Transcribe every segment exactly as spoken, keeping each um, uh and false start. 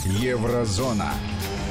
Еврозона.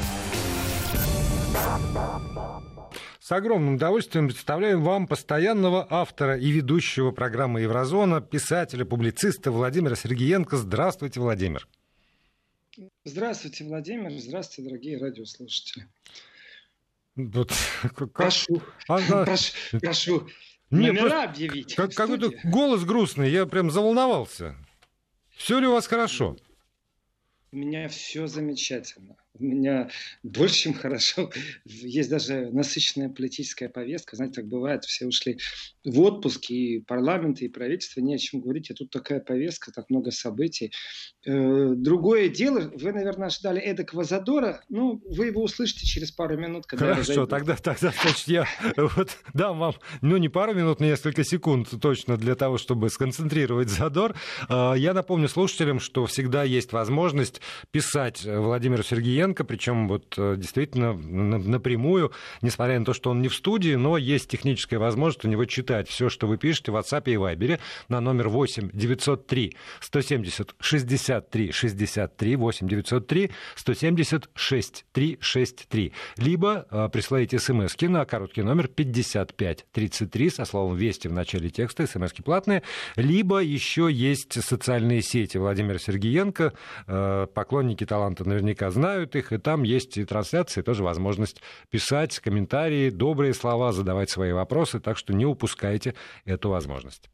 С огромным удовольствием представляем вам постоянного автора и ведущего программы «Еврозона», писателя, публициста Владимира Сергеенко. Здравствуйте, Владимир. Здравствуйте, Владимир. Здравствуйте, дорогие радиослушатели. Вот, как... Прошу, Ага. прошу, прошу Не, номера просто объявить. Как, какой-то голос грустный, я прям заволновался. Все ли у вас хорошо? У меня все замечательно. У меня больше, чем хорошо. Есть даже насыщенная политическая повестка. Знаете, так бывает, все ушли в отпуск, и парламент, и правительство, не о чем говорить. А тут такая повестка, так много событий. Другое дело, вы, наверное, ожидали эдакого задора. Ну, вы его услышите через пару минут, когда Хорошо, я тогда, тогда значит, я вот дам вам, ну, не пару минут, но несколько секунд точно для того, чтобы сконцентрировать задор. Я напомню слушателям, что всегда есть возможность писать Владимиру Сергеенко, причем вот действительно напрямую, несмотря на то, что он не в студии, но есть техническая возможность у него читать все, что вы пишете в WhatsApp и Viber на номер восемь девятьсот три сто семьдесят шестьдесят три шестьдесят три, восемь девятьсот три сто семьдесят шестьдесят три шестьдесят три. Либо э, присылаете смски на короткий номер пятьдесят пять тридцать три со словом «Вести» в начале текста, смски платные. Либо еще есть социальные сети Владимира Сергеенко. Э, поклонники таланта наверняка знают их, и там есть и трансляции, тоже возможность писать комментарии, добрые слова, задавать свои вопросы, так что не упускайте эту возможность.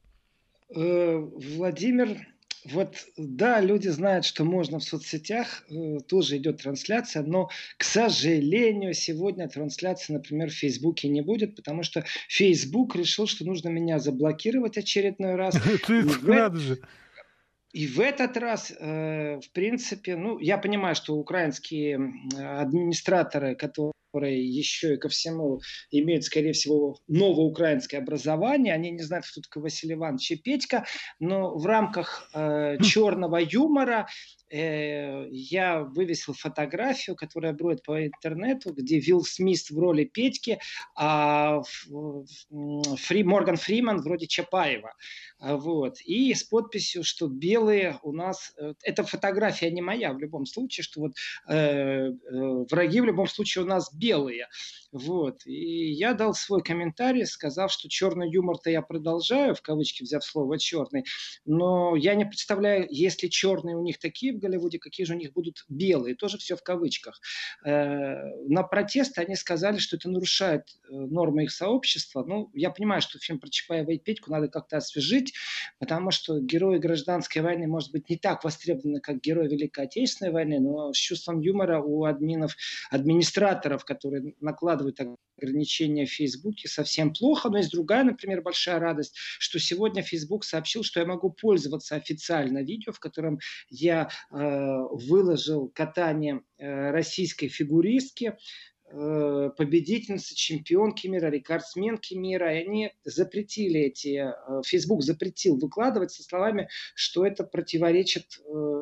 Владимир, вот да, люди знают, что можно в соцсетях, тоже идет трансляция, но, к сожалению, сегодня трансляции, например, в Фейсбуке не будет, потому что Фейсбук решил, что нужно меня заблокировать очередной раз. Надо же. И в этот раз, э, в принципе, ну, я понимаю, что украинские администраторы, которые еще и ко всему имеют, скорее всего, новоукраинское образование, они не знают, кто такой Василий Иванович и Петька, но в рамках э, черного юмора э, я вывесил фотографию, которая бродит по интернету, где Уилл Смит в роли Петьки, а Фри, Морган Фриман вроде Чапаева. Вот. И с подписью, что белые у нас... Эта фотография не моя в любом случае, что вот э, э, враги в любом случае у нас белые. Вот. И я дал свой комментарий, сказав, что черный юмор-то я продолжаю, в кавычки взяв слово черный, но я не представляю, если черные у них такие в Голливуде, какие же у них будут белые, тоже все в кавычках. Э, на протесты они сказали, что это нарушает нормы их сообщества. Ну, я понимаю, что фильм про Чапаева и Петьку надо как-то освежить, потому что герои гражданской войны, может быть, не так востребованы, как герои Великой Отечественной войны, но с чувством юмора у админов, администраторов, которые накладывают ограничения в Фейсбуке, совсем плохо. Но есть другая, например, большая радость, что сегодня Фейсбук сообщил, что я могу пользоваться официально видео, в котором я э, выложил катание э, российской фигуристки, победительницы, чемпионки мира, рекордсменки мира. И они запретили эти... Facebook запретил выкладывать со словами, что это противоречит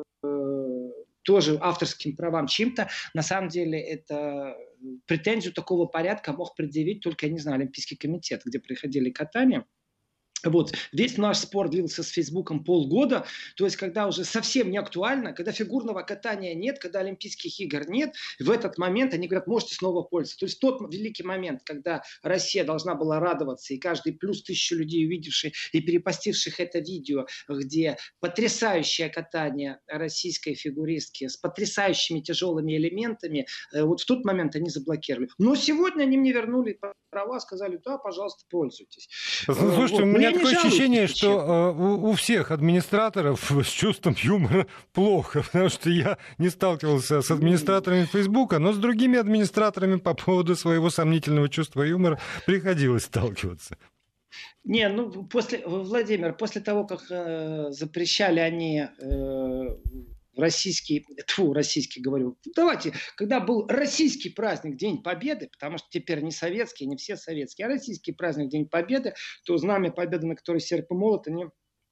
тоже авторским правам чем-то. На самом деле это претензию такого порядка мог предъявить только, я не знаю, Олимпийский комитет, где проходили катания. Вот. Весь наш спор длился с Фейсбуком полгода, то есть когда уже совсем не актуально, когда фигурного катания нет, когда Олимпийских игр нет, в этот момент они говорят, можете снова пользоваться. То есть тот великий момент, когда Россия должна была радоваться, и каждый плюс тысячу людей, увидевших и перепостивших это видео, где потрясающее катание российской фигуристки с потрясающими тяжелыми элементами, вот в тот момент они заблокировали. Но сегодня они мне вернули права, сказали, да, пожалуйста, пользуйтесь. Слушайте, вот. у меня Я такое ощущение, ничем. что э, у, у всех администраторов с чувством юмора плохо, потому что я не сталкивался с администраторами Фейсбука, но с другими администраторами по поводу своего сомнительного чувства юмора приходилось сталкиваться. Не, ну, после, Владимир, после того, как э, запрещали они... Э, российский, тьфу, российский говорю, давайте, когда был российский праздник День Победы, потому что теперь не советский, не все советские, а российский праздник День Победы, то знамя Победы, на которой серп и молот, они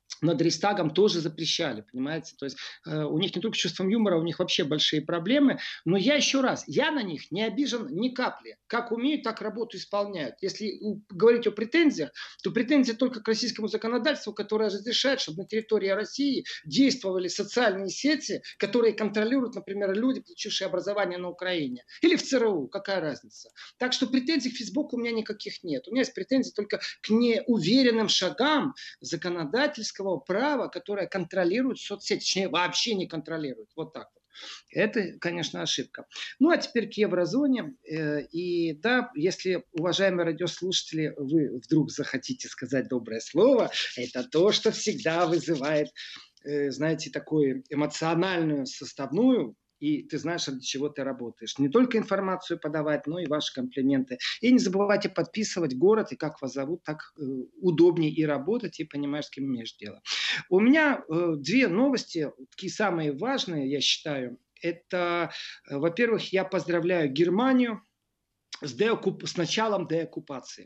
над Рейхстагом тоже запрещали, понимаете? То есть э, у них не только с чувством юмора, у них вообще большие проблемы. Но я еще раз, я на них не обижен ни капли. Как умеют, так работу исполняют. Если у, говорить о претензиях, то претензии только к российскому законодательству, которое разрешает, чтобы на территории России действовали социальные сети, которые контролируют, например, люди, получившие образование на Украине. Или в ЦРУ, какая разница? Так что претензий к Фейсбуку у меня никаких нет. У меня есть претензии только к неуверенным шагам законодательского права, которое контролирует соцсети, точнее, вообще не контролирует. Вот так вот. Это, конечно, ошибка. Ну, а теперь к еврозоне. И да, если, уважаемые радиослушатели, вы вдруг захотите сказать доброе слово, это то, что всегда вызывает, знаете, такую эмоциональную составную. И ты знаешь, ради чего ты работаешь. Не только информацию подавать, но и ваши комплименты. И не забывайте подписывать город, и как вас зовут, так э, удобнее и работать, и понимаешь, с кем имеешь дело. У меня э, две новости, такие самые важные, я считаю. Это, э, во-первых, я поздравляю Германию с, деокуп... с началом деоккупации.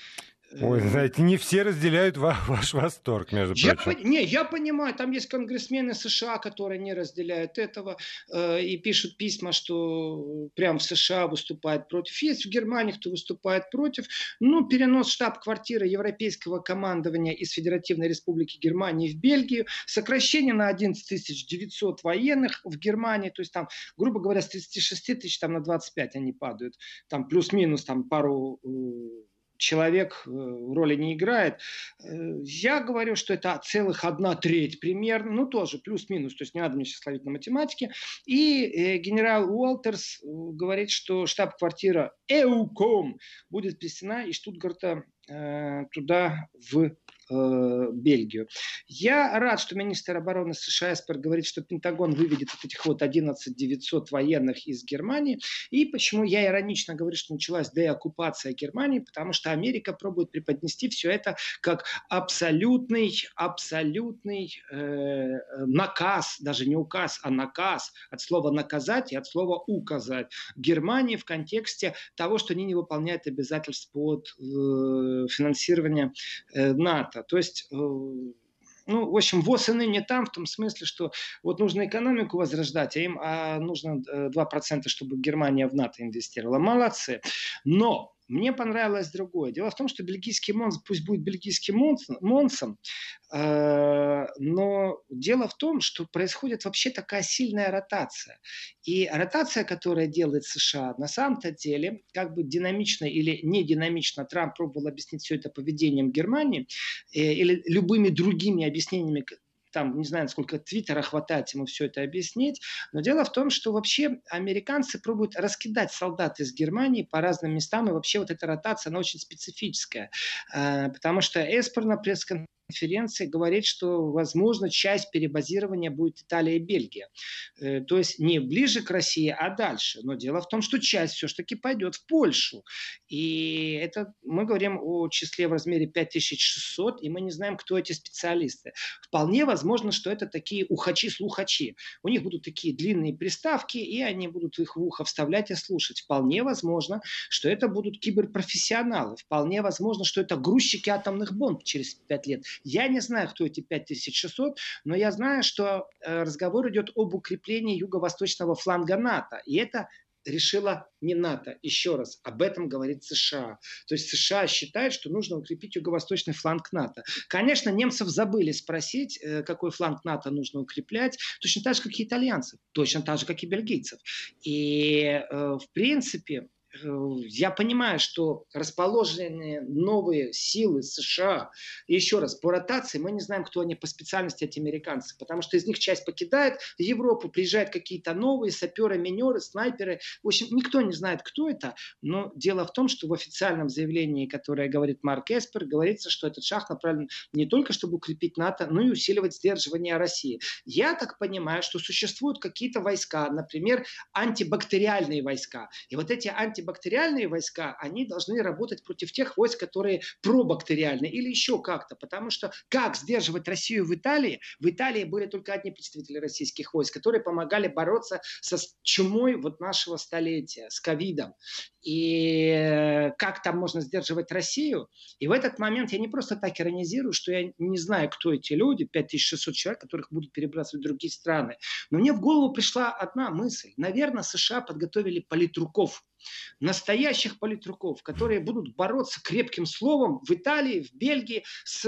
Ой, знаете, не все разделяют ваш восторг, между я прочим. По... Не, я понимаю, там есть конгрессмены США, которые не разделяют этого э, и пишут письма, что прям в США выступают против. Есть в Германии, кто выступает против. Ну, перенос штаб-квартиры европейского командования из Федеративной Республики Германии в Бельгию, сокращение на одиннадцать тысяч девятьсот военных в Германии, то есть там, грубо говоря, с тридцати шести тысяч там на двадцать пять они падают. Там плюс-минус там пару... человек роли не играет. Я говорю, что это целых одна треть примерно, ну тоже плюс-минус, то есть не надо мне сейчас ловить на математике. И генерал Уолтерс говорит, что штаб-квартира Эуком будет перенесена из Штутгарта туда, в Бельгию. Я рад, что министр обороны США Эспер говорит, что Пентагон выведет вот этих вот одиннадцать тысяч девятьсот военных из Германии. И почему я иронично говорю, что началась деоккупация Германии, потому что Америка пробует преподнести все это как абсолютный, абсолютный э, наказ, даже не указ, а наказ, от слова наказать и от слова указать Германии в контексте того, что они не выполняют обязательств под э, финансирование э, НАТО. То есть, ну, в общем, ВОЗ и ныне там, в том смысле, что вот нужно экономику возрождать, а им а нужно два процента, чтобы Германия в НАТО инвестировала. Молодцы. Но мне понравилось другое. Дело в том, что бельгийский Монс, пусть будет бельгийским Монсом, э, но дело в том, что происходит вообще такая сильная ротация. И ротация, которая делает США, на самом-то деле, как бы динамично или не динамично, Трамп пробовал объяснить все это поведением Германии э, или любыми другими объяснениями, там, не знаю, насколько Твиттера хватает ему все это объяснить, но дело в том, что вообще американцы пробуют раскидать солдат из Германии по разным местам, и вообще вот эта ротация, она очень специфическая, потому что Эспер на пресс-конференции говорит, что, возможно, часть перебазирования будет Италия и Бельгия. То есть не ближе к России, а дальше. Но дело в том, что часть все-таки пойдет в Польшу. И это мы говорим о числе в размере пять тысяч шестьсот, и мы не знаем, кто эти специалисты. Вполне возможно, что это такие ухачи-слухачи. У них будут такие длинные приставки, и они будут их в ухо вставлять и слушать. Вполне возможно, что это будут киберпрофессионалы. Вполне возможно, что это грузчики атомных бомб через пять лет. Я не знаю, кто эти пять тысяч шестьсот, но я знаю, что э, разговор идет об укреплении юго-восточного фланга НАТО. И это решила не НАТО. Еще раз, об этом говорит США. То есть США считает, что нужно укрепить юго-восточный фланг НАТО. Конечно, немцев забыли спросить, какой фланг НАТО нужно укреплять. Точно так же, как и итальянцев. Точно так же, как и бельгийцев. И, в принципе, я понимаю, что расположенные новые силы США, и еще раз, по ротации мы не знаем, кто они по специальности, эти американцы, потому что из них часть покидает Европу, приезжают какие-то новые саперы, минеры, снайперы. В общем, никто не знает, кто это, но дело в том, что в официальном заявлении, которое говорит Марк Эспер, говорится, что этот шаг направлен не только, чтобы укрепить НАТО, но и усиливать сдерживание России. Я так понимаю, что существуют какие-то войска, например, антибактериальные войска. И вот эти антибактериальные бактериальные войска, они должны работать против тех войск, которые пробактериальные или еще как-то. Потому что как сдерживать Россию в Италии? В Италии были только одни представители российских войск, которые помогали бороться со чумой вот нашего столетия, с ковидом. и как там можно сдерживать Россию. И в этот момент я не просто так иронизирую, что я не знаю, кто эти люди, пять тысяч шестьсот человек, которых будут перебрасывать в другие страны. Но мне в голову пришла одна мысль. Наверное, США подготовили политруков, настоящих политруков, которые будут бороться крепким словом в Италии, в Бельгии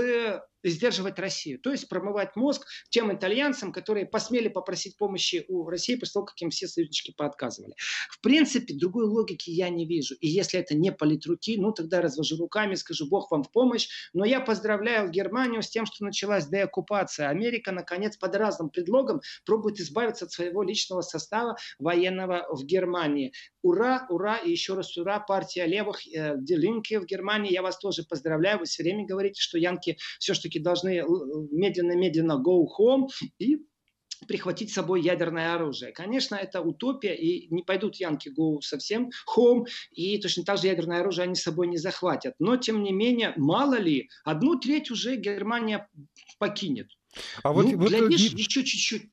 с сдерживать Россию. То есть промывать мозг тем итальянцам, которые посмели попросить помощи у России после того, как им все союзнички поотказывали. В принципе, другой логики я не вижу. И если это не политруки, ну тогда развожу руками, скажу, Бог вам в помощь. Но я поздравляю Германию с тем, что началась деоккупация. Америка, наконец, под разным предлогом пробует избавиться от своего личного состава военного в Германии. Ура, ура и еще раз ура, партия левых, э, Die Linke в Германии. Я вас тоже поздравляю. Вы все время говорите, что янки все-таки должны медленно-медленно go home и прихватить с собой ядерное оружие. Конечно, это утопия, и не пойдут янки go совсем home, и точно так же ядерное оружие они с собой не захватят. Но, тем не менее, мало ли, одну треть уже Германия покинет. А вот, ну, вот глядишь, вот, еще чуть-чуть...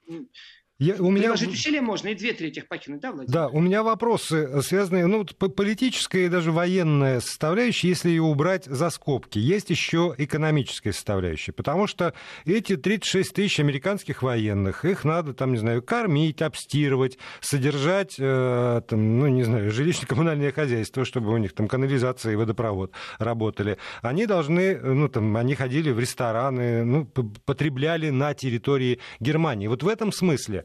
Я, у меня... Предложить усилия можно, и две трети покинуть, да, Владимир? Да, у меня вопросы, связанные, ну, политическая и даже военная составляющая, если ее убрать за скобки. Есть еще экономическая составляющая, потому что эти тридцать шесть тысяч американских военных, их надо, там, не знаю, кормить, обстирывать, содержать, э, там, ну, не знаю, жилищно-коммунальное хозяйство, чтобы у них там канализация и водопровод работали. Они должны, ну, там, они ходили в рестораны, ну, потребляли на территории Германии. Вот в этом смысле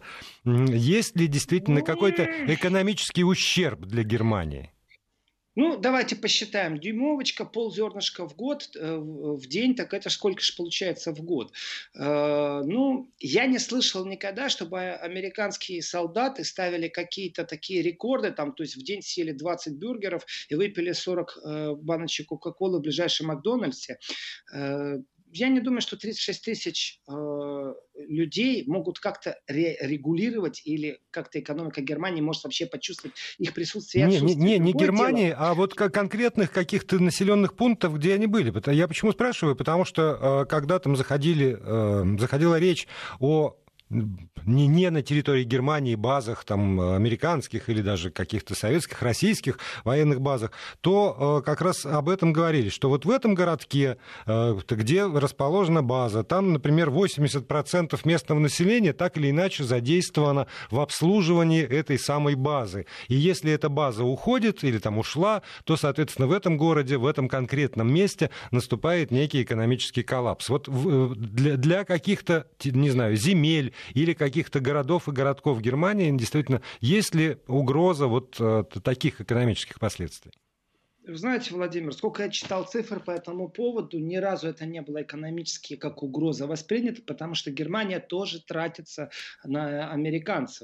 есть ли действительно какой-то экономический ущерб для Германии? Ну, давайте посчитаем. Дюймовочка, ползернышка в год, э, в день, так это сколько же получается в год? Э, ну, я не слышал никогда, чтобы американские солдаты ставили какие-то такие рекорды, там, то есть в день съели двадцать бюргеров и выпили сорок э, баночек Кока-Колы в ближайшем Макдональдсе. Э, Я не думаю, что тридцать шесть тысяч э, людей могут как-то ре- регулировать или как-то экономика Германии может вообще почувствовать их присутствие. Не, не, не, не Германии, дело. А вот конкретных каких-то населенных пунктов, где они были. Я почему спрашиваю? Потому что э, когда там заходили, э, заходила речь о не, не на территории Германии базах там, американских или даже каких-то советских, российских военных базах, то э, как раз об этом говорили, что вот в этом городке, э, где расположена база, там, например, восемьдесят процентов местного населения так или иначе задействовано в обслуживании этой самой базы. И если эта база уходит или там ушла, то, соответственно, в этом городе, в этом конкретном месте наступает некий экономический коллапс. Вот в, для, для каких-то, не знаю, земель, или каких-то городов и городков Германии, действительно, есть ли угроза вот э, таких экономических последствий? Вы знаете, Владимир, сколько я читал цифр по этому поводу, ни разу это не было экономически как угроза воспринято, потому что Германия тоже тратится на американцев.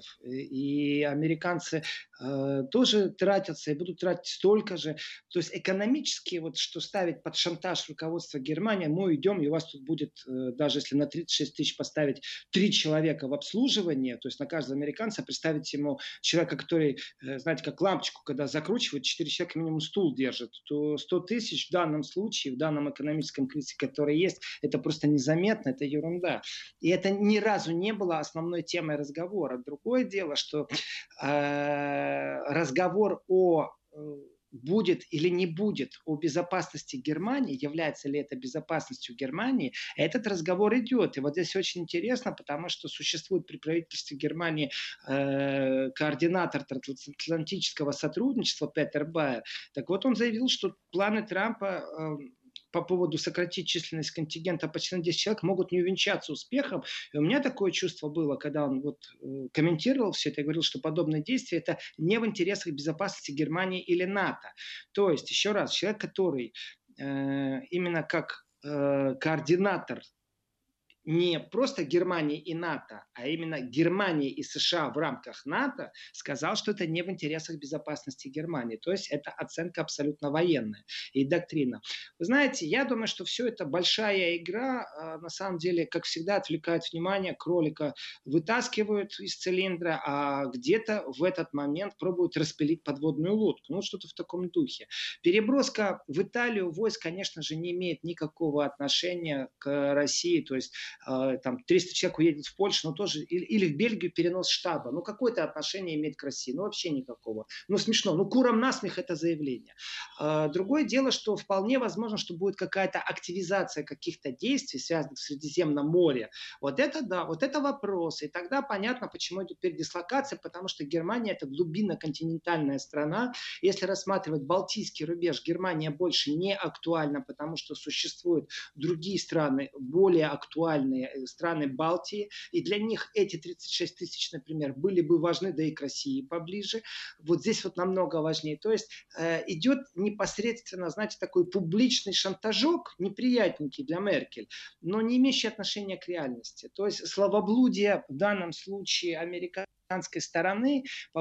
И американцы э, тоже тратятся и будут тратить столько же. То есть экономически, вот, что ставить под шантаж руководства Германии, мы идем, и у вас тут будет, э, даже если на тридцать шесть тысяч поставить три человека в обслуживание, то есть на каждого американца представить ему человека, который, э, знаете, как лампочку, когда закручивают, четыре человека минимум стул держит, то сто тысяч в данном случае, в данном экономическом кризисе, который есть, это просто незаметно, это ерунда. И это ни разу не было основной темой разговора. Другое дело, что э, разговор о э, будет или не будет о безопасности Германии, является ли это безопасностью Германии, этот разговор идет. И вот здесь очень интересно, потому что существует при правительстве Германии э, координатор трансатлантического сотрудничества Петер Байер. Так вот он заявил, что планы Трампа э, по поводу сократить численность контингента почти на десять человек могут не увенчаться успехом. И у меня такое чувство было, когда он вот, э, комментировал все это и говорил, что подобные действия это не в интересах безопасности Германии или НАТО. То есть, еще раз, человек, который э, именно как э, координатор не просто Германии и НАТО, а именно Германии и США в рамках НАТО, сказал, что это не в интересах безопасности Германии. То есть это оценка абсолютно военная и доктрина. Вы знаете, я думаю, что все это большая игра, на самом деле, как всегда, отвлекает внимание, кролика вытаскивают из цилиндра, а где-то в этот момент пробуют распилить подводную лодку. Ну, что-то в таком духе. Переброска в Италию войск, конечно же, не имеет никакого отношения к России. То есть там триста человек уедет в Польшу, но тоже, или, или в Бельгию перенос штаба. Ну, какое-то отношение имеет к России? Ну, вообще никакого. Ну, смешно. Ну, курам насмех это заявление. Другое дело, что вполне возможно, что будет какая-то активизация каких-то действий, связанных с Средиземным морем. Вот это да, вот это вопрос. И тогда понятно, почему идет передислокация, потому что Германия это глубинно-континентальная страна. Если рассматривать Балтийский рубеж, Германия больше не актуальна, потому что существуют другие страны, более актуальные страны Балтии. И для них эти тридцать шесть тысяч, например, были бы важны, да и к России поближе. Вот здесь вот намного важнее. То есть э, идет непосредственно, знаете, такой публичный шантажок, неприятненький для Меркель, но не имеющий отношения к реальности. То есть словоблудие в данном случае американской стороны по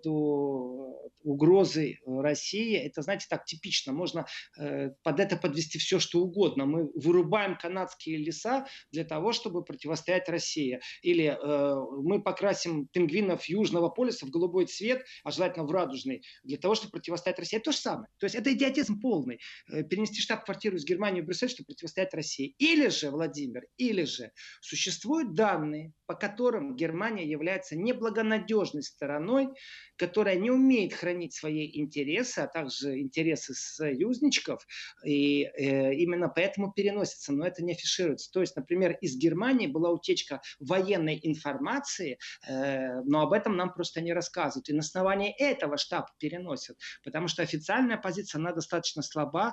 поводу угрозы России, это, знаете, так типично. Можно э, под это подвести все, что угодно. Мы вырубаем канадские леса для того, чтобы противостоять России. Или э, мы покрасим пингвинов Южного полюса в голубой цвет, а желательно в радужный, для того, чтобы противостоять России. Это то же самое. То есть это идиотизм полный. Э, перенести штаб-квартиру из Германии в Брюссель, чтобы противостоять России. Или же, Владимир, или же существуют данные, по которым Германия является неблагонадежной стороной, которая не умеет хранить свои интересы, а также интересы союзничков, и э, именно поэтому переносится, но это не афишируется. То есть, например, из Германии была утечка военной информации, э, но об этом нам просто не рассказывают. И на основании этого штаб переносят, потому что официальная позиция, она достаточно слаба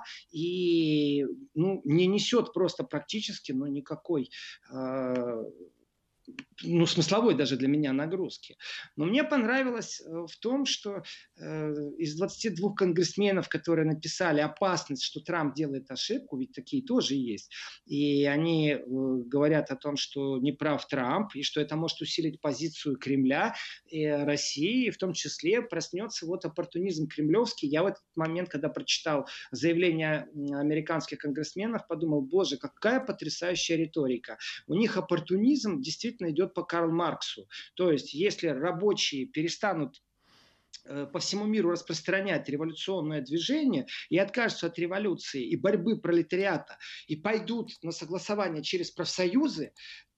и ну, не несет просто практически ну, никакой э, ну, смысловой даже для меня нагрузки. Но мне понравилось в том, что э, из двадцати двух конгрессменов, которые написали опасность, что Трамп делает ошибку, ведь такие тоже есть, и они э, говорят о том, что не прав Трамп, и что это может усилить позицию Кремля и России, и в том числе проснется вот оппортунизм кремлевский. Я в этот момент, когда прочитал заявление американских конгрессменов, подумал, боже, какая потрясающая риторика. У них оппортунизм действительно идет по Карлу Марксу. То есть, если рабочие перестанут по всему миру распространять революционное движение и откажутся от революции и борьбы пролетариата и пойдут на согласование через профсоюзы,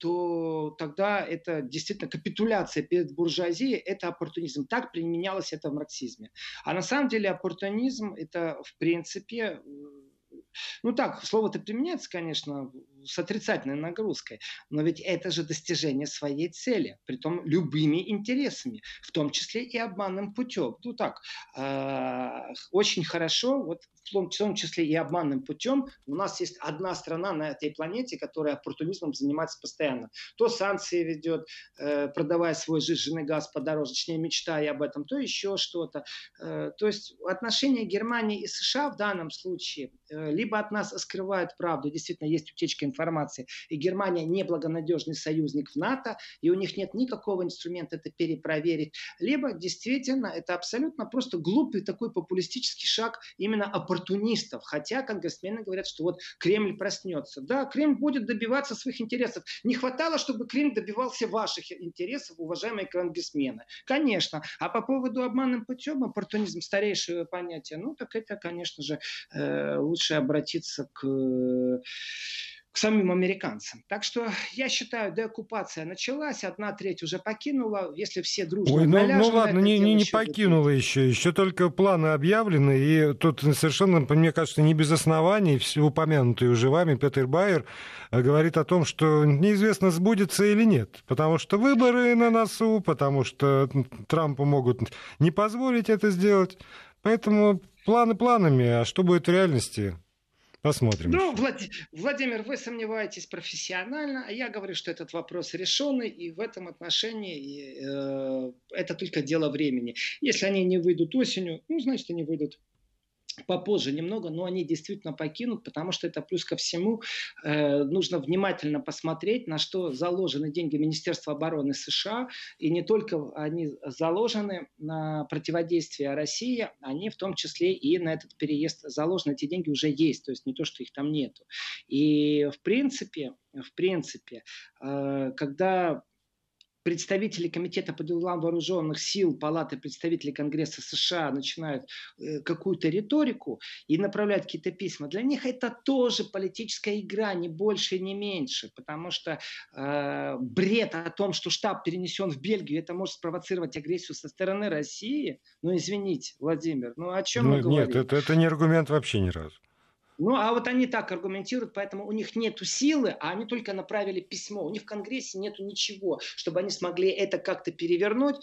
то тогда это действительно капитуляция перед буржуазией, это оппортунизм. Так применялось это в марксизме. А на самом деле оппортунизм это в принципе... Ну так, слово-то применяется, конечно, с отрицательной нагрузкой, но ведь это же достижение своей цели, притом любыми интересами, в том числе и обманным путем. Ну так, э, очень хорошо, вот в том, в том числе и обманным путем, у нас есть одна страна на этой планете, которая оппортунизмом занимается постоянно. То санкции ведет, э, продавая свой жиженый газ подороже, точнее мечтая об этом, то еще что-то. Э, то есть отношения Германии и США в данном случае э, либо от нас скрывают правду, действительно есть утечка информации, и Германия неблагонадежный союзник в НАТО, и у них нет никакого инструмента это перепроверить, либо действительно это абсолютно просто глупый такой популистический шаг именно оппортунистов, хотя конгрессмены говорят, что вот Кремль проснется. Да, Кремль будет добиваться своих интересов. Не хватало, чтобы Кремль добивался ваших интересов, уважаемые конгрессмены. Конечно. А по поводу обманным путем, оппортунизм, старейшее понятие, ну так это, конечно же, лучше обратиться к, к самим американцам. Так что я считаю, деоккупация началась, одна треть уже покинула. Если все дружно Ой, ну, ну наляжем ладно, на не, это не, дело, не еще покинула будет. еще. Еще только планы объявлены. И тут совершенно, мне кажется, не без оснований упомянутый уже вами Петер Байер говорит о том, что неизвестно, сбудется или нет. Потому что выборы на носу, потому что Трампу могут не позволить это сделать. Поэтому планы планами, а что будет в реальности? Посмотрим. Ну, Влад... Владимир, вы сомневаетесь профессионально, а я говорю, что этот вопрос решенный, и в этом отношении э, это только дело времени. Если они не выйдут осенью, ну, значит, они выйдут попозже немного, но они действительно покинут, потому что это плюс ко всему э, нужно внимательно посмотреть, на что заложены деньги Министерства обороны США, и не только они заложены на противодействие России, они в том числе и на этот переезд заложены, эти деньги уже есть, то есть не то, что их там нету. И в принципе, в принципе, э, когда представители Комитета по делам вооруженных сил Палаты представителей Конгресса США начинают э, какую-то риторику и направляют какие-то письма, для них это тоже политическая игра, не больше и не меньше, потому что э, бред о том, что штаб перенесен в Бельгию, это может спровоцировать агрессию со стороны России. Ну, извините, Владимир, ну о чем Ну, мы говорим? нет, это, это не аргумент вообще ни разу. Ну, а вот они так аргументируют, поэтому у них нет силы, а они только направили письмо. У них в Конгрессе нету ничего, чтобы они смогли это как-то перевернуть.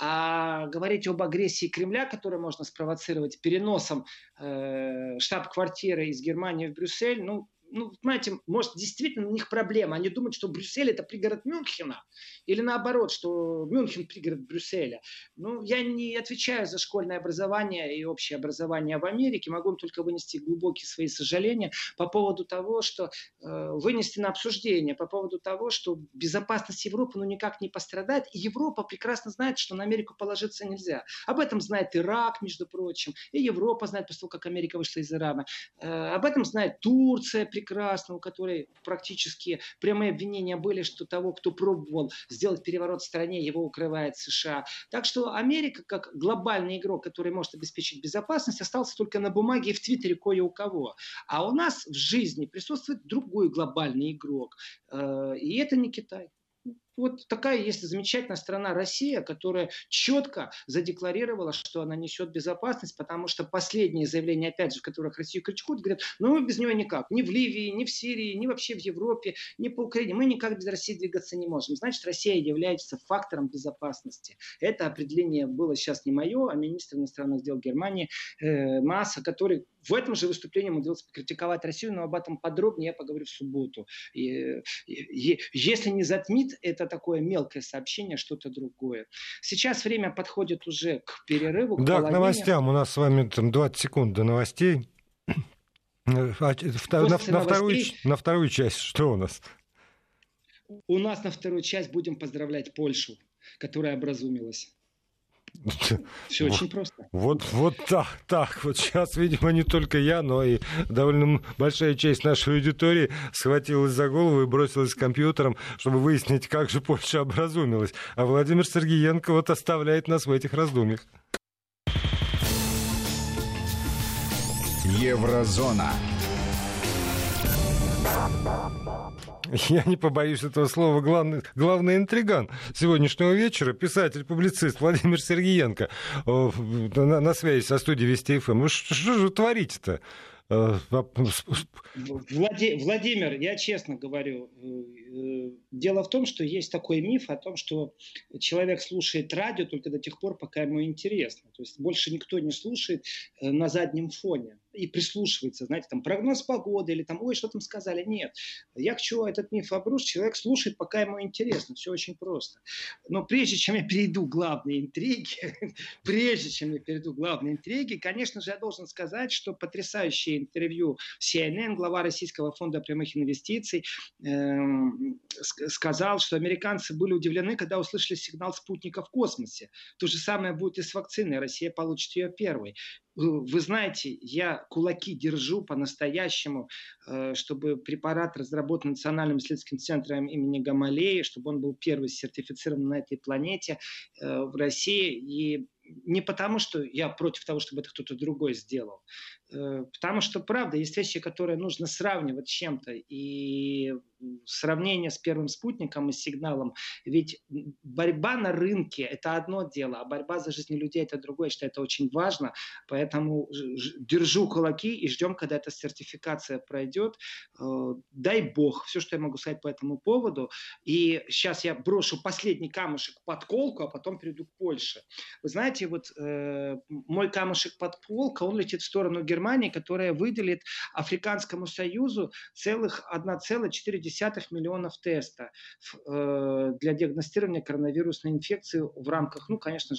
А говорить об агрессии Кремля, которую можно спровоцировать переносом э, штаб-квартиры из Германии в Брюссель, ну, ну, знаете, может, действительно у них проблема. Они думают, что Брюссель – это пригород Мюнхена. Или наоборот, что Мюнхен – пригород Брюсселя. Ну, я не отвечаю за школьное образование и общее образование в Америке. Могу только вынести глубокие свои сожаления по поводу того, что э, вынести на обсуждение, по поводу того, что безопасность Европы ну, никак не пострадает. И Европа прекрасно знает, что на Америку положиться нельзя. Об этом знает Ирак, между прочим. И Европа знает после того, как Америка вышла из Ирана. Э, об этом знает Турция прекрасно. Прекрасно, у которой практически прямые обвинения были, что того, кто пробовал сделать переворот в стране, его укрывает США. Так что Америка, как глобальный игрок, который может обеспечить безопасность, остался только на бумаге и в Твиттере кое у кого. А у нас в жизни присутствует другой глобальный игрок. И это не Китай. Вот такая есть замечательная страна Россия, которая четко задекларировала, что она несет безопасность, потому что последние заявления, опять же, в которых Россию критикуют, говорят, ну мы без нее никак. Ни в Ливии, ни в Сирии, ни вообще в Европе, ни по Украине. Мы никак без России двигаться не можем. Значит, Россия является фактором безопасности. Это определение было сейчас не мое, а министр иностранных дел Германии э, Масса, который в этом же выступлении умудрился покритиковать Россию, но об этом подробнее я поговорю в субботу. И, и, если не затмит это такое мелкое сообщение, что-то другое. Сейчас время подходит уже к перерыву. К да, половине. К новостям. У нас с вами там двадцать секунд до новостей. На, на, вторую, на вторую часть что у нас? У нас на вторую часть будем поздравлять Польшу, которая образумилась. Все вот, очень просто. Вот, вот так, так. Вот сейчас, видимо, не только я, но и довольно большая часть нашей аудитории схватилась за голову и бросилась к компьютерам, чтобы выяснить, как же Польша образумилась. А Владимир Сергеенко вот оставляет нас в этих раздумьях. Еврозона. Я не побоюсь этого слова, главный, главный интриган сегодняшнего вечера, писатель-публицист Владимир Сергеенко на, на связи со студией Вести ФМ. Вы что, что же творите-то? Владимир, я честно говорю, дело в том, что есть такой миф о том, что человек слушает радио только до тех пор, пока ему интересно. То есть больше никто не слушает на заднем фоне и прислушивается, знаете, там прогноз погоды или там, ой, что там сказали. Нет, я хочу этот миф обрушить, человек слушает, пока ему интересно, все очень просто. Но прежде чем я перейду к главной интриге, прежде чем я перейду к главной интриге, конечно же, я должен сказать, что потрясающее интервью си эн эн, глава Российского фонда прямых инвестиций, э, сказал, что американцы были удивлены, когда услышали сигнал спутника в космосе. То же самое будет и с вакциной, Россия получит ее первой. Вы знаете, я кулаки держу по-настоящему, чтобы препарат разработан Национальным исследовательским центром имени Гамалеи, чтобы он был первый сертифицирован на этой планете в России. И не потому, что я против того, чтобы это кто-то другой сделал. Потому что, правда, есть вещи, которые нужно сравнивать с чем-то. И сравнение с первым спутником и сигналом. Ведь борьба на рынке – это одно дело, а борьба за жизни людей – это другое. Я считаю, это очень важно. Поэтому держу кулаки и ждем, когда эта сертификация пройдет. Дай бог. Все, что я могу сказать по этому поводу. И сейчас я брошу последний камушек под колку, а потом перейду к Польше. Вы знаете, вот э, мой камушек под колку, он летит в сторону Германии, которая выделит Африканскому Союзу целых одна целая четыре десятых миллионов тестов э, для диагностирования коронавирусной инфекции в рамках, ну, конечно же,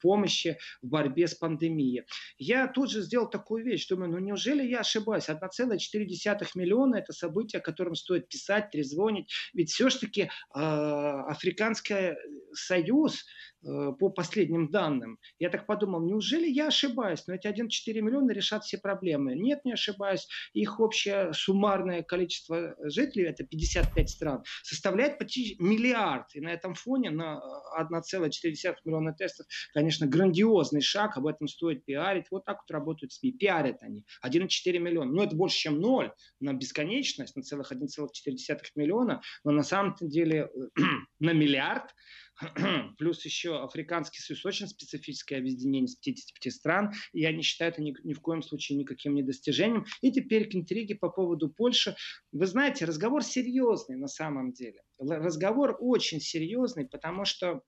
помощи в борьбе с пандемией. Я тут же сделал такую вещь, думаю, ну неужели я ошибаюсь? одна целая четыре десятых миллиона – это событие, о котором стоит писать, трезвонить. Ведь все-таки э, Африканский союз, э, по последним данным, я так подумал, неужели я ошибаюсь? Но эти один целых четыре миллиона решат все проблемы. Нет, не ошибаюсь. Их общее суммарное количество жителей, это пятьдесят пять стран, составляет почти миллиард. И на этом фоне на одна целая четыре десятых миллиона тестов, конечно, грандиозный шаг, об этом стоит пиарить. Вот так вот работают СМИ. Пиарят они. один целых четыре миллиона. Ну, это больше, чем ноль на бесконечность, на целых один целых четыре десятых миллиона. Но на самом деле на миллиард. Плюс еще Африканский союз, очень специфическое объединение с пятидесяти пяти стран. И я не считаю это ни, ни в коем случае никаким недостижением. И теперь к интриге по поводу Польши. Вы знаете, разговор серьезный на самом деле. Разговор очень серьезный, потому что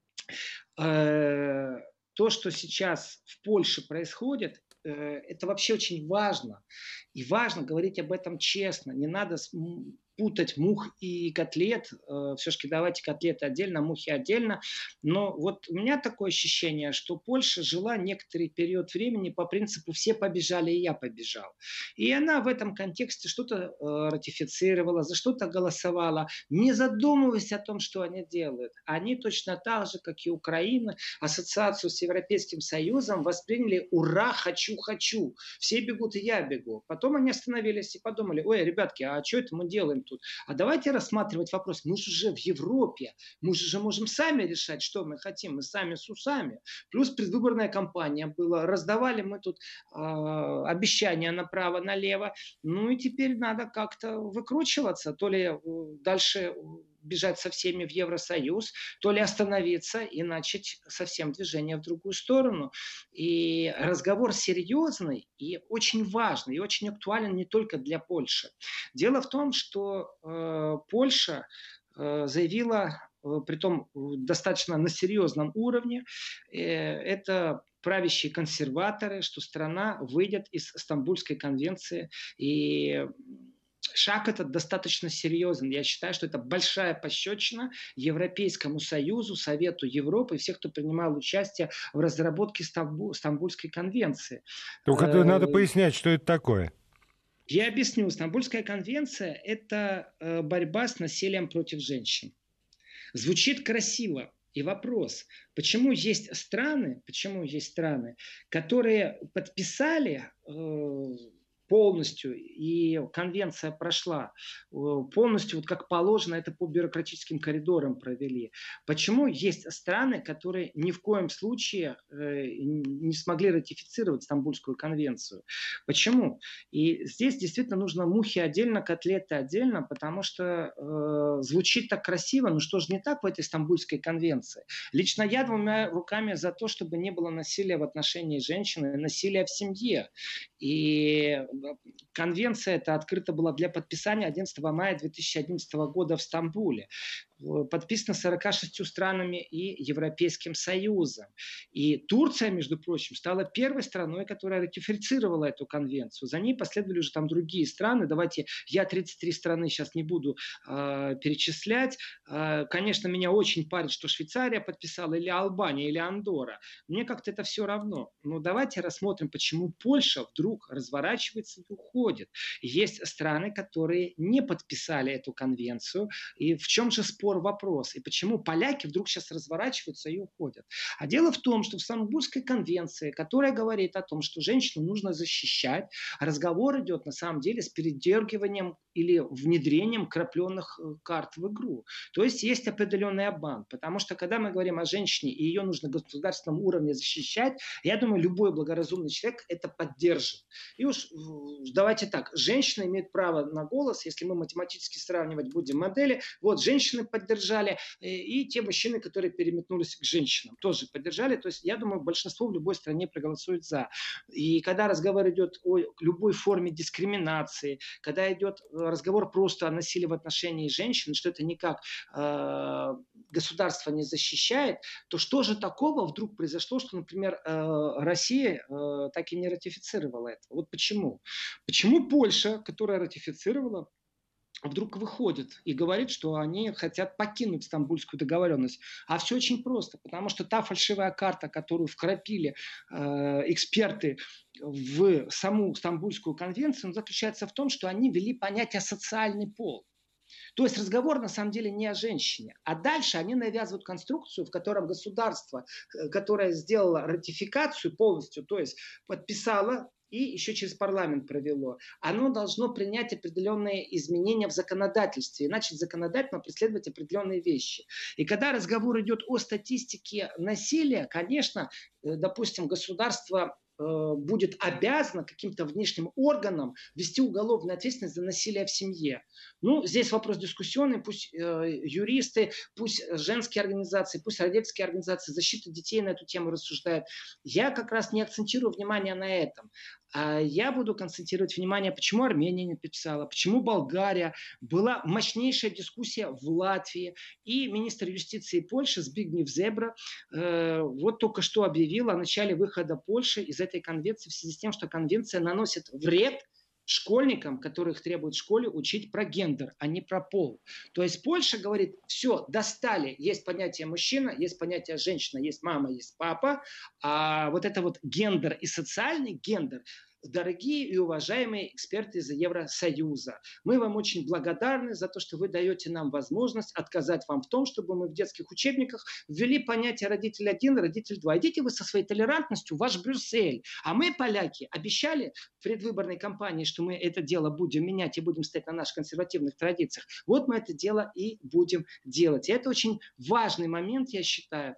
э, то, что сейчас в Польше происходит, э, это вообще очень важно. И важно говорить об этом честно. Не надо путать мух и котлет. Все-таки давайте котлеты отдельно, мухи отдельно. Но вот у меня такое ощущение, что Польша жила некоторый период времени по принципу «все побежали, и я побежал». И она в этом контексте что-то ратифицировала, за что-то голосовала, не задумываясь о том, что они делают. Они точно так же, как и Украина, ассоциацию с Европейским Союзом восприняли «ура, хочу, хочу». Все бегут, и я бегу. Потом они остановились и подумали: ой, ребятки, а что это мы делаем тут? А давайте рассматривать вопрос. Мы же уже в Европе. Мы же можем сами решать, что мы хотим. Мы сами с усами. Плюс предвыборная кампания была. Раздавали мы тут э, обещания направо-налево. Ну и теперь надо как-то выкручиваться. То ли дальше бежать со всеми в Евросоюз, то ли остановиться и начать совсем движение в другую сторону. И разговор серьезный и очень важный, и очень актуален не только для Польши. Дело в том, что э, Польша э, заявила, э, притом достаточно на серьезном уровне, э, это правящие консерваторы, что страна выйдет из Стамбульской конвенции. И шаг этот достаточно серьезен. Я считаю, что это большая пощечина Европейскому Союзу, Совету Европы и всех, кто принимал участие в разработке Стамбу- Стамбульской конвенции. Только э- надо пояснять, что это такое. Я объясню. Стамбульская конвенция – это борьба с насилием против женщин. Звучит красиво. И вопрос, почему есть страны, почему есть страны, которые подписали э- полностью, и конвенция прошла полностью, вот как положено, это по бюрократическим коридорам провели. Почему есть страны, которые ни в коем случае э, не смогли ратифицировать Стамбульскую конвенцию? Почему? И здесь действительно нужно мухи отдельно, котлеты отдельно, потому что э, звучит так красиво, но что же не так в этой Стамбульской конвенции? Лично я двумя руками за то, чтобы не было насилия в отношении женщины, насилия в семье. И конвенция эта открыта была для подписания одиннадцатого мая две тысячи одиннадцатого года в Стамбуле. Подписано сорока шестью странами и Европейским Союзом. И Турция, между прочим, стала первой страной, которая ратифицировала эту конвенцию. За ней последовали уже там другие страны. Давайте я тридцать три страны сейчас не буду э, перечислять. Э, конечно, меня очень парит, что Швейцария подписала, или Албания, или Андорра. Мне как-то это все равно. Но давайте рассмотрим, почему Польша вдруг разворачивается и уходит. Есть страны, которые не подписали эту конвенцию. И в чем же спор? Вопрос. И почему поляки вдруг сейчас разворачиваются и уходят? А дело в том, что в Стамбульской конвенции, которая говорит о том, что женщину нужно защищать, разговор идет на самом деле с передергиванием или внедрением крапленых карт в игру. То есть есть определенный обман. Потому что когда мы говорим о женщине и ее нужно на государственном уровне защищать, я думаю, любой благоразумный человек это поддержит. И уж давайте так. Женщина имеет право на голос, если мы математически сравнивать будем модели. Вот женщины поддержали, и те мужчины, которые переметнулись к женщинам, тоже поддержали. То есть я думаю, большинство в любой стране проголосует за. И когда разговор идет о любой форме дискриминации, когда идет разговор просто о насилии в отношении женщин, что это никак э, государство не защищает, то что же такого вдруг произошло, что, например, э, Россия э, так и не ратифицировала это? Вот почему? Почему Польша, которая ратифицировала, вдруг выходит и говорит, что они хотят покинуть Стамбульскую договоренность. А все очень просто, потому что та фальшивая карта, которую вкрапили э, эксперты в саму Стамбульскую конвенцию, заключается в том, что они ввели понятие «социальный пол». То есть разговор на самом деле не о женщине. А дальше они навязывают конструкцию, в котором государство, которое сделало ратификацию полностью, то есть подписало и еще через парламент провело, оно должно принять определенные изменения в законодательстве и начать законодательно преследовать определенные вещи. И когда разговор идет о статистике насилия, конечно, допустим, государство будет обязано каким-то внешним органам вести уголовную ответственность за насилие в семье. Ну, здесь вопрос дискуссионный, пусть э, юристы, пусть женские организации, пусть родительские организации защиты детей на эту тему рассуждают. Я как раз не акцентирую внимание на этом. А я буду концентрировать внимание, почему Армения не подписала, почему Болгария. Была мощнейшая дискуссия в Латвии. И министр юстиции Польши Збигнев Зебра э, вот только что объявил о начале выхода Польши из этой конвенции в связи с тем, что конвенция наносит вред школьникам, которых требуют в школе учить про гендер, а не про пол. То есть Польша говорит, все, достали, есть понятие мужчина, есть понятие женщина, есть мама, есть папа, а вот это вот гендер и социальный гендер, дорогие и уважаемые эксперты из Евросоюза, мы вам очень благодарны за то, что вы даете нам возможность отказать вам в том, чтобы мы в детских учебниках ввели понятие родитель один, родитель два. Идите вы со своей толерантностью в ваш Брюссель. А мы, поляки, обещали в предвыборной кампании, что мы это дело будем менять и будем стоять на наших консервативных традициях. Вот мы это дело и будем делать. И это очень важный момент, я считаю.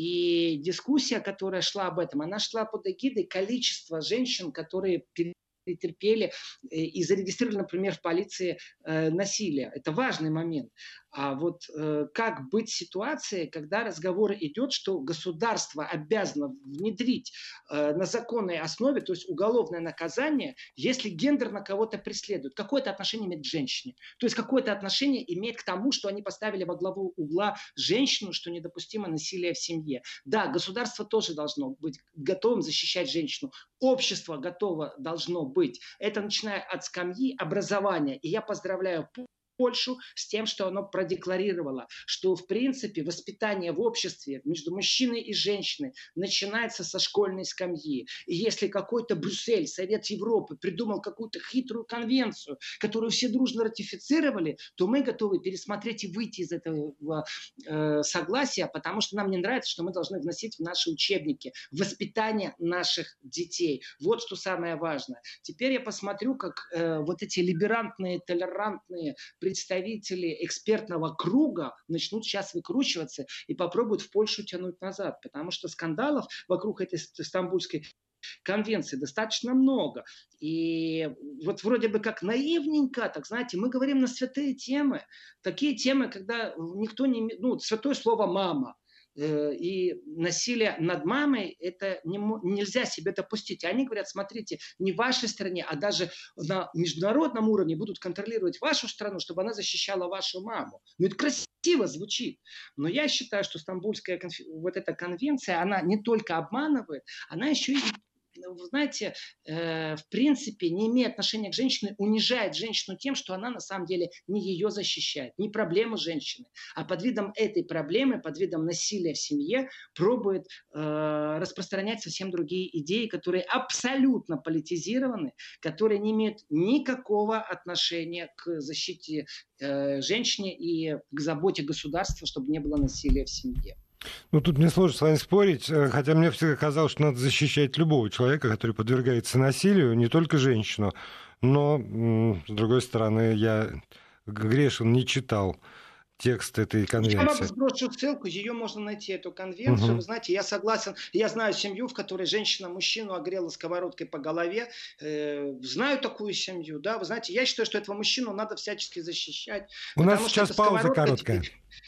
И дискуссия, которая шла об этом, она шла под эгидой количества женщин, которые перетерпели и зарегистрировали, например, в полиции э, насилие. Это важный момент. А вот э, как быть в ситуации, когда разговор идет, что государство обязано внедрить э, на законной основе, то есть уголовное наказание, если гендер на кого-то преследует. Какое-то отношение имеет к женщине. То есть какое-то отношение имеет к тому, что они поставили во главу угла женщину, что недопустимо насилие в семье. Да, государство тоже должно быть готовым защищать женщину. Общество готово должно быть. Это начиная от скамьи образования. И я поздравляю Польшу с тем, что оно продекларировало, что в принципе воспитание в обществе между мужчиной и женщиной начинается со школьной скамьи. И если какой-то Брюссель, Совет Европы придумал какую-то хитрую конвенцию, которую все дружно ратифицировали, то мы готовы пересмотреть и выйти из этого э, согласия, потому что нам не нравится, что мы должны вносить в наши учебники воспитание наших детей. Вот что самое важное. Теперь я посмотрю, как э, вот эти либерантные, толерантные представители экспертного круга начнут сейчас выкручиваться и попробуют в Польшу тянуть назад. Потому что скандалов вокруг этой Стамбульской конвенции достаточно много. И вот вроде бы как наивненько, так знаете, мы говорим на святые темы. Такие темы, когда никто не... Ну, святое слово «мама». И насилие над мамой, это не, нельзя себе допустить. Они говорят, смотрите, не в вашей стране, а даже на международном уровне будут контролировать вашу страну, чтобы она защищала вашу маму. Ну, это красиво звучит. Но я считаю, что Стамбульская вот эта конвенция, она не только обманывает, она еще и, вы знаете, э, в принципе, не имея отношения к женщине, унижает женщину тем, что она на самом деле не ее защищает, не проблему женщины, а под видом этой проблемы, под видом насилия в семье пробует э, распространять совсем другие идеи, которые абсолютно политизированы, которые не имеют никакого отношения к защите э, женщины и к заботе государства, чтобы не было насилия в семье. Ну, тут мне сложно с вами спорить, хотя мне всегда казалось, что надо защищать любого человека, который подвергается насилию, не только женщину. Но, с другой стороны, я грешен, не читал текст этой конвенции. Я вам сброшу ссылку, ее можно найти, эту конвенцию. Угу. Вы знаете, я согласен, я знаю семью, в которой женщина мужчину огрела сковородкой по голове. Э, знаю такую семью, да. Вы знаете, я считаю, что этого мужчину надо всячески защищать. У нас сейчас пауза короткая.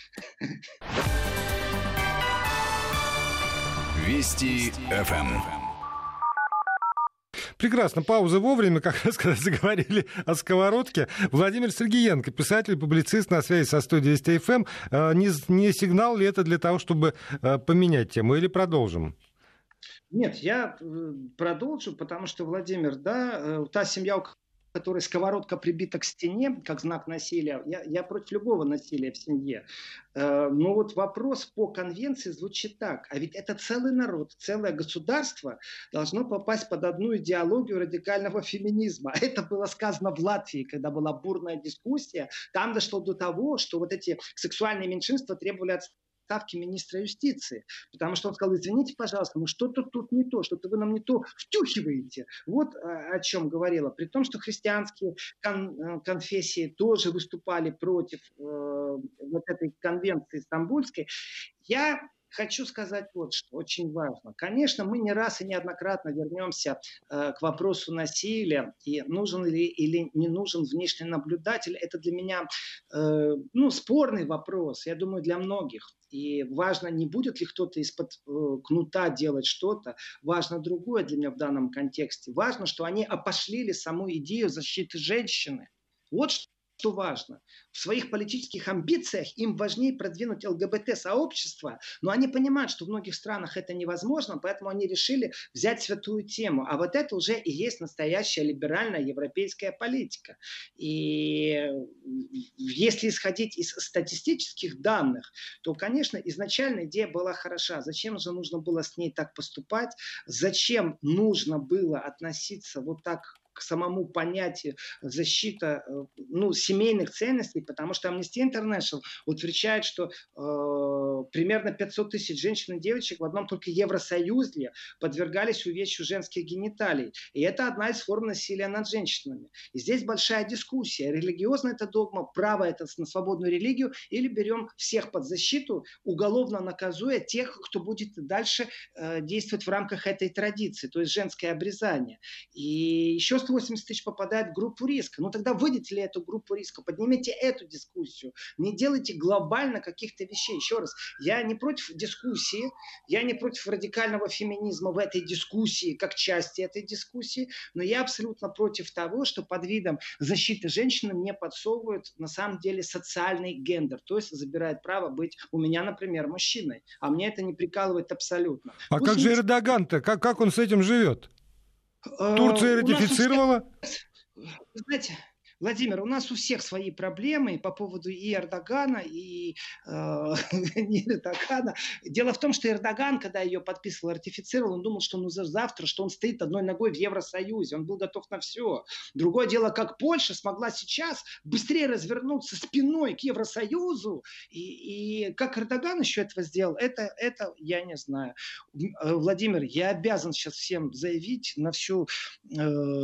Вести эф эм. Прекрасно, пауза вовремя, как раз когда заговорили о сковородке. Владимир Сергеенко, писатель, публицист, на связи со студией Вести эф эм. Не, не сигнал ли это для того, чтобы поменять тему, или продолжим? Нет, я продолжу, потому что, Владимир, да, та семья, у которой сковородка прибита к стене, как знак насилия, я, я против любого насилия в семье. Но вот вопрос по конвенции звучит так. А ведь это целый народ, целое государство должно попасть под одну идеологию радикального феминизма. Это было сказано в Латвии, когда была бурная дискуссия. Там дошло до того, что вот эти сексуальные меньшинства требовали отставки ставки министра юстиции. Потому что он сказал, извините, пожалуйста, ну что-то тут не то, что-то вы нам не то втюхиваете. Вот о чем говорила. При том, что христианские кон- конфессии тоже выступали против э, вот этой конвенции стамбульской. Я хочу сказать вот что очень важно. Конечно, мы не раз и неоднократно вернемся э, к вопросу насилия и нужен ли или не нужен внешний наблюдатель. Это для меня э, ну, спорный вопрос, я думаю, для многих. И важно, не будет ли кто-то из-под э, кнута делать что-то. Важно другое для меня в данном контексте. Важно, что они опошлили саму идею защиты женщины. Вот что. Что важно, в своих политических амбициях им важнее продвинуть ЛГБТ-сообщество, но они понимают, что в многих странах это невозможно, поэтому они решили взять святую тему. А вот это уже и есть настоящая либеральная европейская политика. И если исходить из статистических данных, то, конечно, изначально идея была хороша. Зачем же нужно было с ней так поступать? Зачем нужно было относиться вот так к самому понятию защита ну, семейных ценностей, потому что Amnesty International утверждает, что э, примерно пятьсот тысяч женщин и девочек в одном только Евросоюзе подвергались увечью женских гениталий. И это одна из форм насилия над женщинами. И здесь большая дискуссия. Религиозная это догма, право это на свободную религию, или берем всех под защиту, уголовно наказуя тех, кто будет дальше э, действовать в рамках этой традиции, то есть женское обрезание. И еще сто восемьдесят тысяч попадает в группу риска. Ну тогда выйдите ли эту группу риска, поднимите эту дискуссию. Не делайте глобально каких-то вещей. Еще раз, я не против дискуссии, я не против радикального феминизма в этой дискуссии, как части этой дискуссии, но я абсолютно против того, что под видом защиты женщины мне подсовывают на самом деле социальный гендер, то есть забирает право быть у меня, например, мужчиной. А мне это не прикалывает абсолютно. А Пусть как не... же Эрдоган-то? Как, как он с этим живет? Турция ратифицировала? Вы знаете, Владимир, у нас у всех свои проблемы по поводу и Эрдогана, и э, не Эрдогана. Дело в том, что Эрдоган, когда ее подписывал, ратифицировал, он думал, что ну, завтра, что он стоит одной ногой в Евросоюзе. Он был готов на все. Другое дело, как Польша смогла сейчас быстрее развернуться спиной к Евросоюзу. И, и как Эрдоган еще этого сделал, это, это я не знаю. Владимир, я обязан сейчас всем заявить на всю э,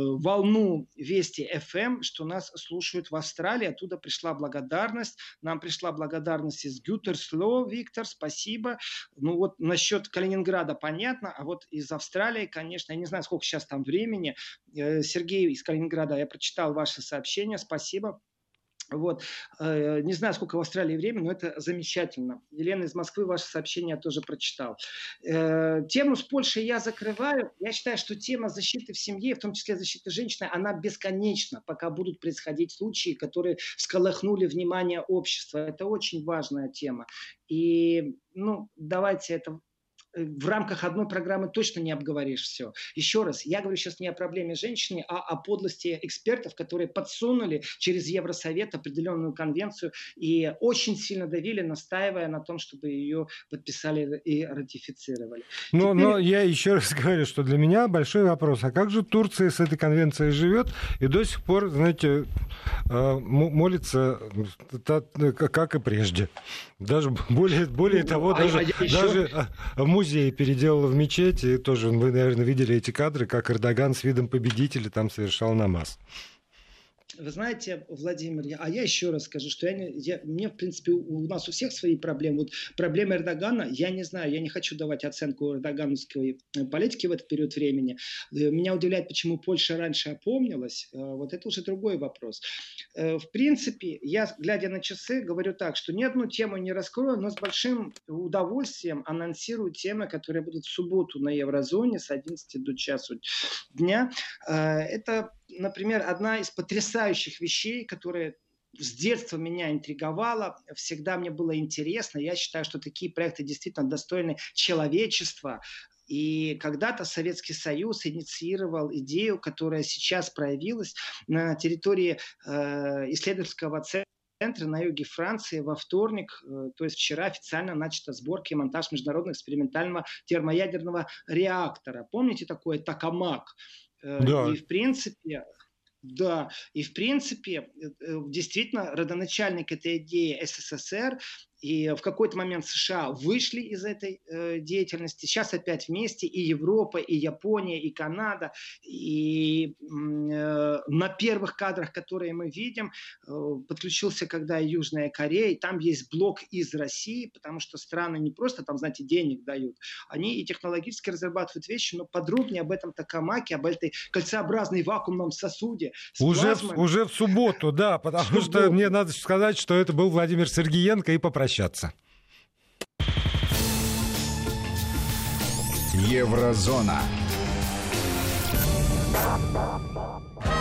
волну Вести эф эм, что нас слушают в Австралии, оттуда пришла благодарность, нам пришла благодарность из Гютерсло, Виктор, спасибо. Ну вот насчет Калининграда понятно, а вот из Австралии, конечно, я не знаю, сколько сейчас там времени. Сергей из Калининграда, я прочитал ваше сообщение, спасибо. Вот. Не знаю, сколько в Австралии времени, но это замечательно. Елена из Москвы, ваше сообщение я тоже прочитал. Тему с Польшей я закрываю. Я считаю, что тема защиты в семье, в том числе защиты женщины, она бесконечна, пока будут происходить случаи, которые всколыхнули внимание общества. Это очень важная тема. И ну, давайте это... в рамках одной программы точно не обговоришь все. Еще раз, я говорю сейчас не о проблеме женщины, а о подлости экспертов, которые подсунули через Евросовет определенную конвенцию и очень сильно давили, настаивая на том, чтобы ее подписали и ратифицировали. Но, Теперь... но я еще раз говорю, что для меня большой вопрос, а как же Турция с этой конвенцией живет и до сих пор, знаете, молится как и прежде. Даже более, более ну, того, а даже, еще... даже музей переделал в мечеть, и тоже вы, наверное, видели эти кадры, как Эрдоган с видом победителя там совершал намаз. Вы знаете, Владимир, я, а я еще раз скажу, что я не, я, мне, в принципе, у, у нас у всех свои проблемы. Вот проблема Эрдогана, я не знаю, я не хочу давать оценку эрдогановской политики в этот период времени. Меня удивляет, почему Польша раньше опомнилась. Вот это уже другой вопрос. В принципе, я, глядя на часы, говорю так, что ни одну тему не раскрою, но с большим удовольствием анонсирую темы, которые будут в субботу на Еврозоне с одиннадцати до часу дня. Это, например, одна из потрясающих вещей, которые с детства меня интриговало, всегда мне было интересно. Я считаю, что такие проекты действительно достойны человечества. И когда-то Советский Союз инициировал идею, которая сейчас проявилась на территории э, исследовательского центра центре на юге Франции во вторник, то есть вчера, официально начата сборка и монтаж международного экспериментального термоядерного реактора. Помните такой токамак? Да. И в принципе... Да, и в принципе, действительно, родоначальник этой идеи СССР, и в какой-то момент США вышли из этой э, деятельности. Сейчас опять вместе и Европа, и Япония, и Канада. И э, на первых кадрах, которые мы видим, э, подключился когда и Южная Корея. И там есть блок из России, потому что страны не просто там, знаете, денег дают. Они и технологически разрабатывают вещи, но подробнее об этом токамаке, об этой кольцеобразной вакуумном сосуде. Уже в, уже в субботу, да, потому в что субботу. Мне надо сказать, что это был Владимир Сергеенко, и попрощаться. Еврозона.